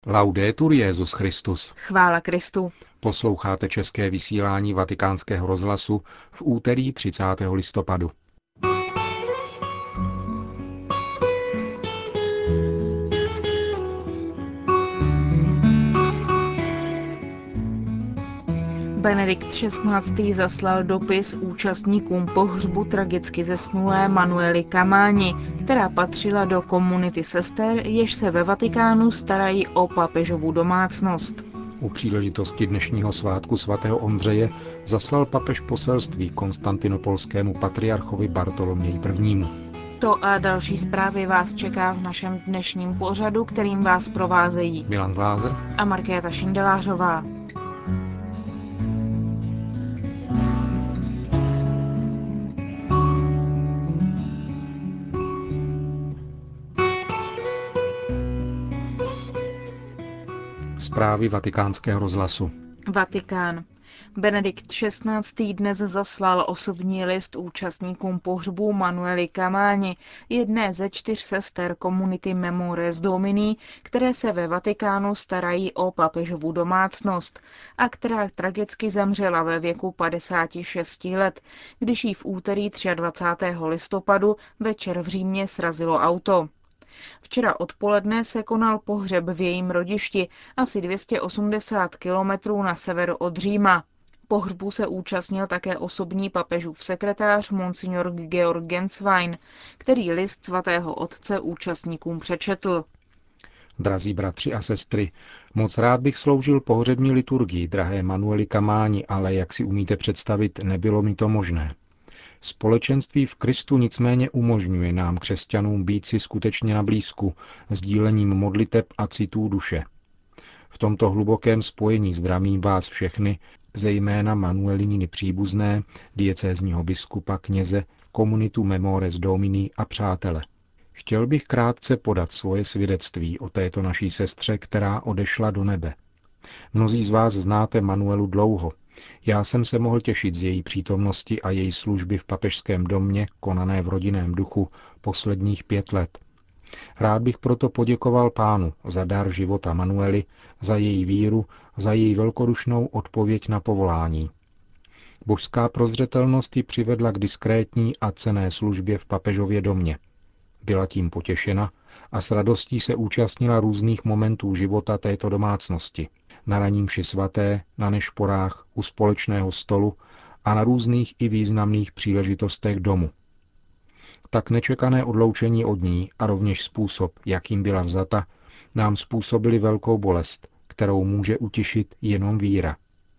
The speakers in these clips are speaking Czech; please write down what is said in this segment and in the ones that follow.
Laudetur Jesus Christus. Chvála Kristu. Posloucháte české vysílání Vatikánského rozhlasu v úterý 30. listopadu. Benedikt XVI. Zaslal dopis účastníkům pohřbu tragicky zesnulé Manuely Camáni, která patřila do komunity sester, jež se ve Vatikánu starají o papežovu domácnost. U příležitosti dnešního svátku svatého Ondřeje zaslal papež poselství konstantinopolskému patriarchovi Bartoloměji I. To a další zprávy vás čeká v našem dnešním pořadu, kterým vás provázejí Milan Glázer a Markéta Šindelářová. Zprávy Vatikánského rozhlasu. Vatikán. Benedikt XVI. Dnes zaslal osobní list účastníkům pohřbu Manuely Camáni, jedné ze 4 sester komunity Memores Domini, které se ve Vatikánu starají o papežovu domácnost a která tragicky zemřela ve věku 56 let, když jí v úterý 23. listopadu večer v Římě srazilo auto. Včera odpoledne se konal pohřeb v jejím rodišti asi 280 kilometrů na sever od Říma. Pohřbu se účastnil také osobní papežův sekretář monsignor Georg Genswein, který list svatého otce účastníkům přečetl. Drazí bratři a sestry, moc rád bych sloužil pohřební liturgii drahé Manuely Camáni, ale jak si umíte představit, nebylo mi to možné. Společenství v Kristu nicméně umožňuje nám, křesťanům, být si skutečně na blízku, sdílením modliteb a citů duše. V tomto hlubokém spojení zdravím vás všechny, zejména Manuelininy příbuzné, diecézního biskupa, kněze, komunitu Memores Domini a přátele. Chtěl bych krátce podat svoje svědectví o této naší sestře, která odešla do nebe. Mnozí z vás znáte Manuelu dlouho. Já jsem se mohl těšit z její přítomnosti a její služby v papežském domě, konané v rodinném duchu, posledních 5 let. Rád bych proto poděkoval Pánu za dar života Manuely, za její víru, za její velkodušnou odpověď na povolání. Božská prozřetelnost ji přivedla k diskrétní a cenné službě v papežově domě. Byla tím potěšena a s radostí se účastnila různých momentů života této domácnosti. Na ranní mši svaté, na nešporách, u společného stolu a na různých i významných příležitostech domu. Tak nečekané odloučení od ní a rovněž způsob, jakým byla vzata, nám způsobili velkou bolest, kterou může utišit jenom víra.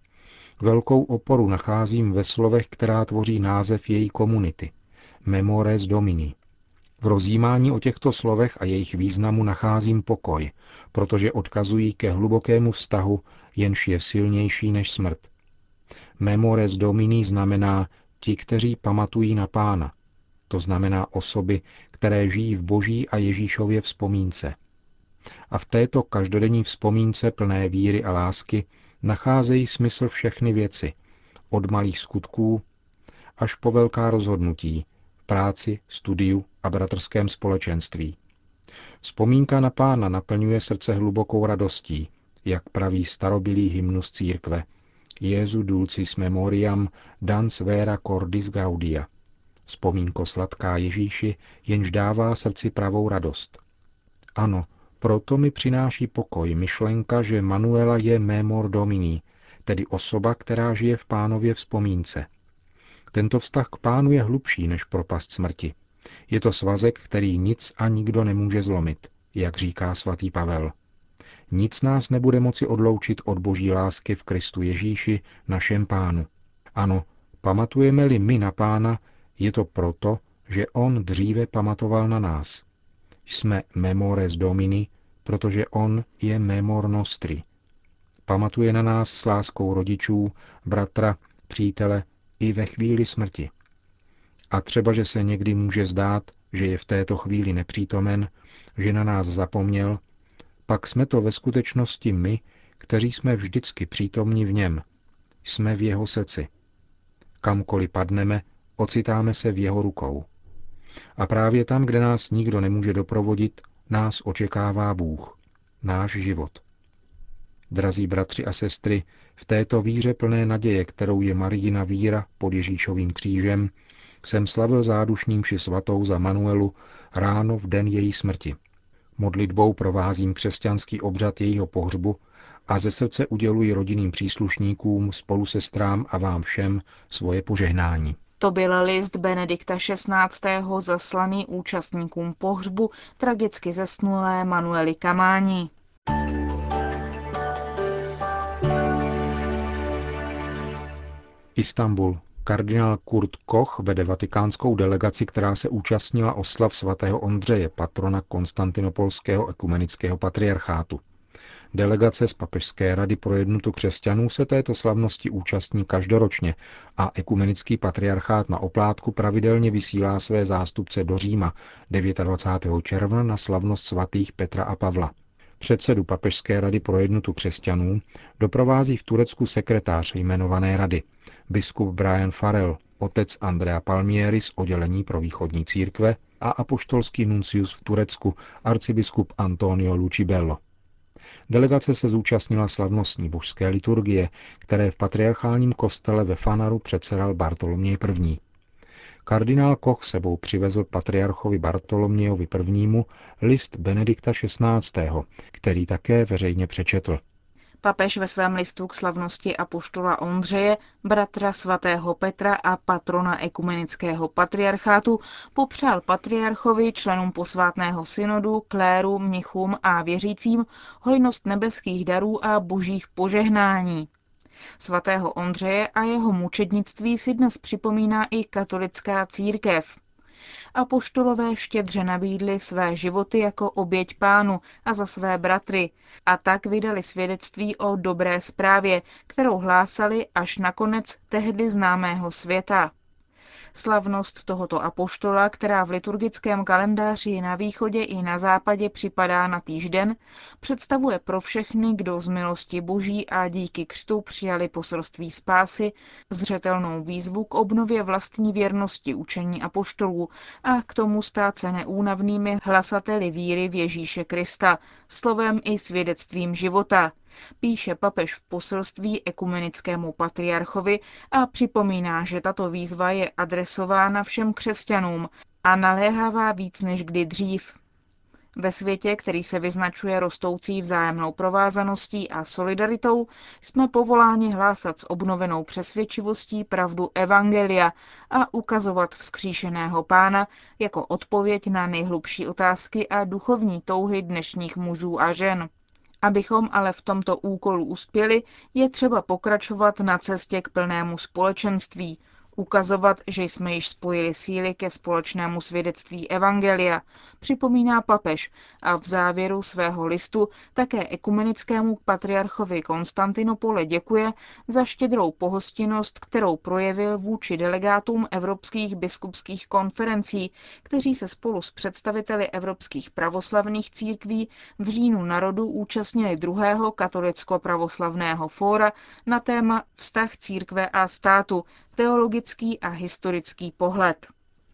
Velkou oporu nacházím ve slovech, která tvoří název její komunity – Memores Domini. V rozjímání o těchto slovech a jejich významu nacházím pokoj, protože odkazují ke hlubokému vztahu, jenž je silnější než smrt. Memores Domini znamená ti, kteří pamatují na Pána. To znamená osoby, které žijí v Boží a Ježíšově vzpomínce. A v této každodenní vzpomínce plné víry a lásky nacházejí smysl všechny věci, od malých skutků až po velká rozhodnutí, práci, studiu a bratrském společenství. Vzpomínka na Pána naplňuje srdce hlubokou radostí, jak praví starobylý hymnus církve. Jesu dulcis memoriam dans vera cordis gaudia. Vzpomínko sladká Ježíši, jenž dává srdci pravou radost. Ano, proto mi přináší pokoj myšlenka, že Manuela je memor Domini, tedy osoba, která žije v Pánově vzpomínce. Tento vztah k Pánu je hlubší než propast smrti. Je to svazek, který nic a nikdo nemůže zlomit, jak říká svatý Pavel. Nic nás nebude moci odloučit od Boží lásky v Kristu Ježíši, našem Pánu. Ano, pamatujeme-li my na Pána, je to proto, že on dříve pamatoval na nás. Jsme Memores Domini, protože on je Memor Nostri. Pamatuje na nás s láskou rodičů, bratra, přítele i ve chvíli smrti. A třeba, že se někdy může zdát, že je v této chvíli nepřítomen, že na nás zapomněl, pak jsme to ve skutečnosti my, kteří jsme vždycky přítomni v něm. Jsme v jeho srdci. Kamkoliv padneme, ocitáme se v jeho rukou. A právě tam, kde nás nikdo nemůže doprovodit, nás očekává Bůh, náš život. Drazí bratři a sestry, v této víře plné naděje, kterou je Marijina víra pod Ježíšovým křížem, jsem slavil zádušní mši svatou za Manuelu ráno v den její smrti. Modlitbou provázím křesťanský obřad jejího pohřbu a ze srdce uděluji rodinným příslušníkům, spolusestrám a vám všem svoje požehnání. To byl list Benedikta XVI. Zaslaný účastníkům pohřbu tragicky zesnulé Manuely Camáni. Istanbul. Kardinál Kurt Koch vede vatikánskou delegaci, která se účastnila oslav svatého Ondřeje, patrona Konstantinopolského ekumenického patriarchátu. Delegace z Papežské rady pro jednotu křesťanů se této slavnosti účastní každoročně a ekumenický patriarchát na oplátku pravidelně vysílá své zástupce do Říma 29. června na slavnost svatých Petra a Pavla. Předsedu Papežské rady pro jednotu křesťanů doprovází v Turecku sekretář jmenované rady, biskup Brian Farrell, otec Andrea Palmieri z oddělení pro východní církve a apoštolský nuncius v Turecku, arcibiskup Antonio Lucibello. Delegace se zúčastnila slavnostní božské liturgie, které v patriarchálním kostele ve Fanaru předsedal Bartoloměj I. Kardinál Koch sebou přivezl patriarchovi Bartolomějovi I. List Benedikta XVI., který také veřejně přečetl. Papež ve svém listu k slavnosti apoštola Ondřeje, bratra svatého Petra a patrona ekumenického patriarchátu, popřál patriarchovi, členům posvátného synodu, kléru, mnichům a věřícím hojnost nebeských darů a božích požehnání. Svatého Ondřeje a jeho mučednictví si dnes připomíná i katolická církev. Apoštolové štědře nabídli své životy jako oběť Pánu a za své bratry a tak vydali svědectví o dobré zprávě, kterou hlásali až na konec tehdy známého světa. Slavnost tohoto apoštola, která v liturgickém kalendáři na východě i na západě připadá na týžden, představuje pro všechny, kdo z milosti Boží a díky křtu přijali poselství spásy, zřetelnou výzvu k obnově vlastní věrnosti učení apoštolů a k tomu stát se neúnavnými hlasateli víry v Ježíše Krista, slovem i svědectvím života, píše papež v poselství ekumenickému patriarchovi a připomíná, že tato výzva je adresována všem křesťanům a naléhává víc než kdy dřív. Ve světě, který se vyznačuje rostoucí vzájemnou provázaností a solidaritou, jsme povoláni hlásat s obnovenou přesvědčivostí pravdu evangelia a ukazovat vzkříšeného Pána jako odpověď na nejhlubší otázky a duchovní touhy dnešních mužů a žen. Abychom ale v tomto úkolu uspěli, je třeba pokračovat na cestě k plnému společenství, ukazovat, že jsme již spojili síly ke společnému svědectví evangelia, připomíná papež a v závěru svého listu také ekumenickému patriarchovi Konstantinopole děkuje za štědrou pohostinnost, kterou projevil vůči delegátům evropských biskupských konferencí, kteří se spolu s představiteli evropských pravoslavných církví v říjnu na Rodu účastnili druhého katolicko-pravoslavného fóra na téma Vztah církve a státu, teologický a historický pohled.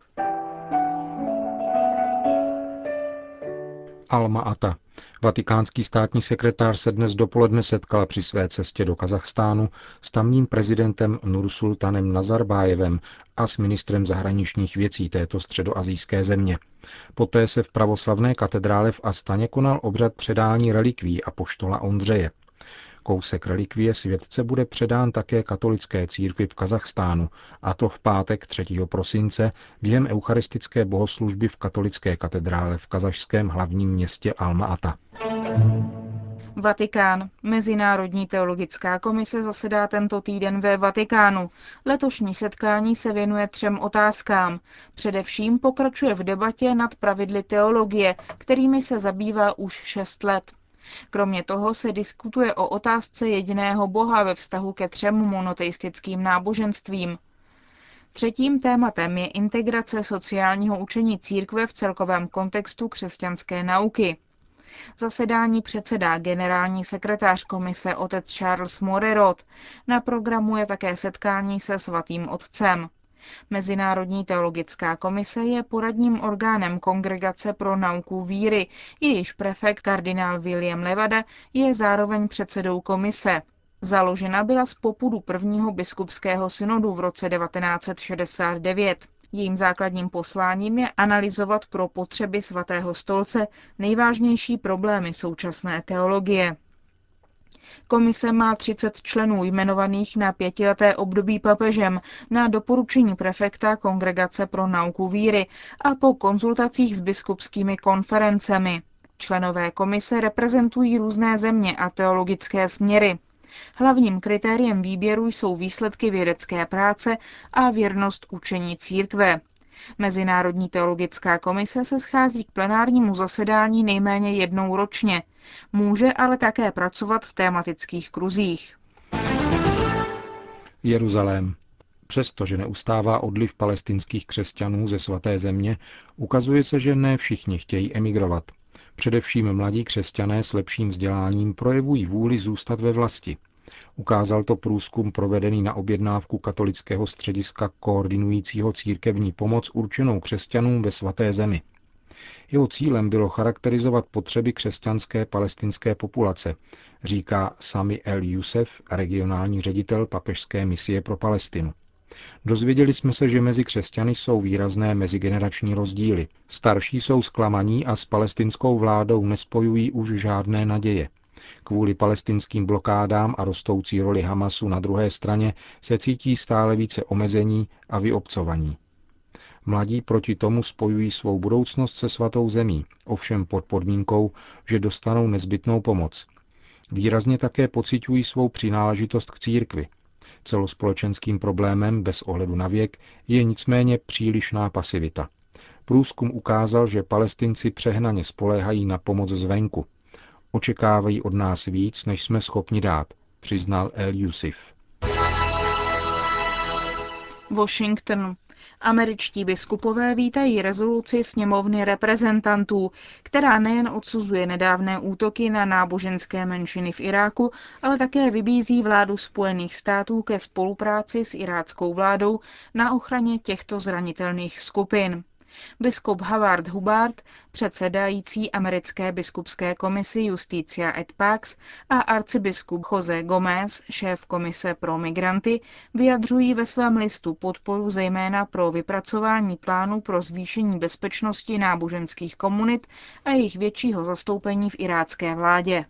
Alma-Ata. Vatikánský státní sekretář se dnes dopoledne setkal při své cestě do Kazachstánu s tamním prezidentem Nursultanem Nazarbájevem a s ministrem zahraničních věcí této středoasijské země. Poté se v pravoslavné katedrále v Astaně konal obřad předání relikví apoštola Ondřeje. Kousek relikvie světce bude předán také katolické církvi v Kazachstánu, a to v pátek 3. prosince během eucharistické bohoslužby v katolické katedrále v kazašském hlavním městě Alma-Ata. Vatikán. Mezinárodní teologická komise zasedá tento týden ve Vatikánu. Letošní setkání se věnuje 3 otázkám. Především pokračuje v debatě nad pravidly teologie, kterými se zabývá už 6 let. Kromě toho se diskutuje o otázce jediného Boha ve vztahu ke 3 monoteistickým náboženstvím. Třetím tématem je integrace sociálního učení církve v celkovém kontextu křesťanské nauky. Zasedání předsedá generální sekretář komise otec Charles Morerot. Na programu je také setkání se svatým otcem. Mezinárodní teologická komise je poradním orgánem Kongregace pro nauku víry, jejíž prefekt kardinál William Levada je zároveň předsedou komise. Založena byla z popudu prvního biskupského synodu v roce 1969. Jejím základním posláním je analyzovat pro potřeby Svatého stolce nejvážnější problémy současné teologie. Komise má 30 členů jmenovaných na 5leté období papežem na doporučení prefekta Kongregace pro nauku víry a po konzultacích s biskupskými konferencemi. Členové komise reprezentují různé země a teologické směry. Hlavním kritériem výběru jsou výsledky vědecké práce a věrnost učení církve. Mezinárodní teologická komise se schází k plenárnímu zasedání nejméně jednou ročně. Může ale také pracovat v tématických kruzích. Jeruzalém. Přestože neustává odliv palestinských křesťanů ze svaté země, ukazuje se, že ne všichni chtějí emigrovat. Především mladí křesťané s lepším vzděláním projevují vůli zůstat ve vlasti. Ukázal to průzkum provedený na objednávku katolického střediska koordinujícího církevní pomoc určenou křesťanům ve svaté zemi. Jeho cílem bylo charakterizovat potřeby křesťanské palestinské populace, říká Sami El Youssef, regionální ředitel papežské misie pro Palestinu. Dozvěděli jsme se, že mezi křesťany jsou výrazné mezigenerační rozdíly. Starší jsou zklamaní a s palestinskou vládou nespojují už žádné naděje. Kvůli palestinským blokádám a rostoucí roli Hamasu na druhé straně se cítí stále více omezení a vyobcovaní. Mladí proti tomu spojují svou budoucnost se svatou zemí, ovšem pod podmínkou, že dostanou nezbytnou pomoc. Výrazně také pociťují svou přináležitost k církvi. Celospolečenským problémem bez ohledu na věk je nicméně přílišná pasivita. Průzkum ukázal, že Palestinci přehnaně spoléhají na pomoc zvenku. Očekávají od nás víc, než jsme schopni dát, přiznal El Youssef. Washington. Američtí biskupové vítají rezoluci sněmovny reprezentantů, která nejen odsuzuje nedávné útoky na náboženské menšiny v Iráku, ale také vybízí vládu Spojených států ke spolupráci s iráckou vládou na ochraně těchto zranitelných skupin. Biskup Howard Hubbard, předsedající americké biskupské komisi Justicia et Pax, a arcibiskup José Gómez, šéf komise pro migranty, vyjadřují ve svém listu podporu zejména pro vypracování plánu pro zvýšení bezpečnosti náboženských komunit a jejich většího zastoupení v irácké vládě.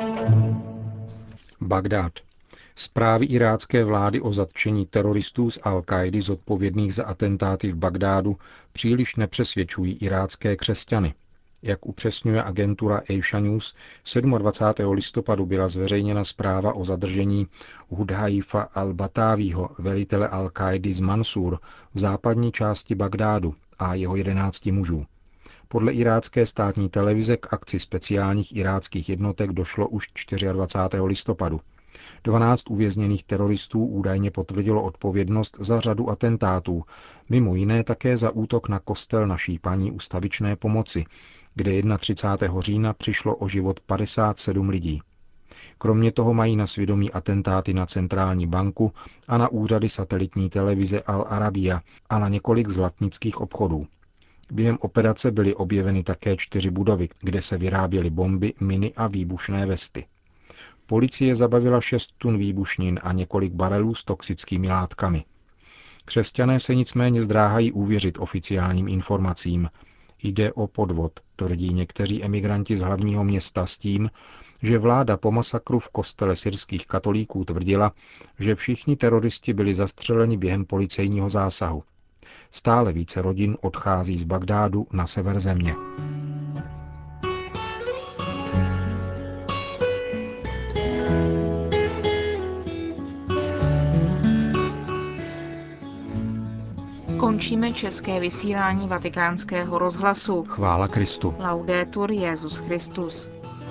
Bagdád. Zprávy irácké vlády o zatčení teroristů z Al-Káidy zodpovědných za atentáty v Bagdádu příliš nepřesvědčují irácké křesťany. Jak upřesňuje agentura Asia News, 27. listopadu byla zveřejněna zpráva o zadržení Hudhaifa al-Batávího, velitele Al-Káidy z Mansur v západní části Bagdádu a jeho 11 mužů. Podle irácké státní televize k akci speciálních iráckých jednotek došlo už 24. listopadu. 12 uvězněných teroristů údajně potvrdilo odpovědnost za řadu atentátů, mimo jiné také za útok na kostel Naší Paní ustavičné pomoci, kde 31. října přišlo o život 57 lidí. Kromě toho mají na svědomí atentáty na centrální banku a na úřady satelitní televize Al Arabiya a na několik zlatnických obchodů. Během operace byly objeveny také 4 budovy, kde se vyráběly bomby, miny a výbušné vesty. Policie zabavila 6 tun výbušnin a několik barelů s toxickými látkami. Křesťané se nicméně zdráhají uvěřit oficiálním informacím. Jde o podvod, tvrdí někteří emigranti z hlavního města s tím, že vláda po masakru v kostele syrských katolíků tvrdila, že všichni teroristi byli zastřeleni během policejního zásahu. Stále více rodin odchází z Bagdádu na sever země. Končíme české vysílání Vatikánského rozhlasu. Chvála Kristu. Laudetur Jesus Christus.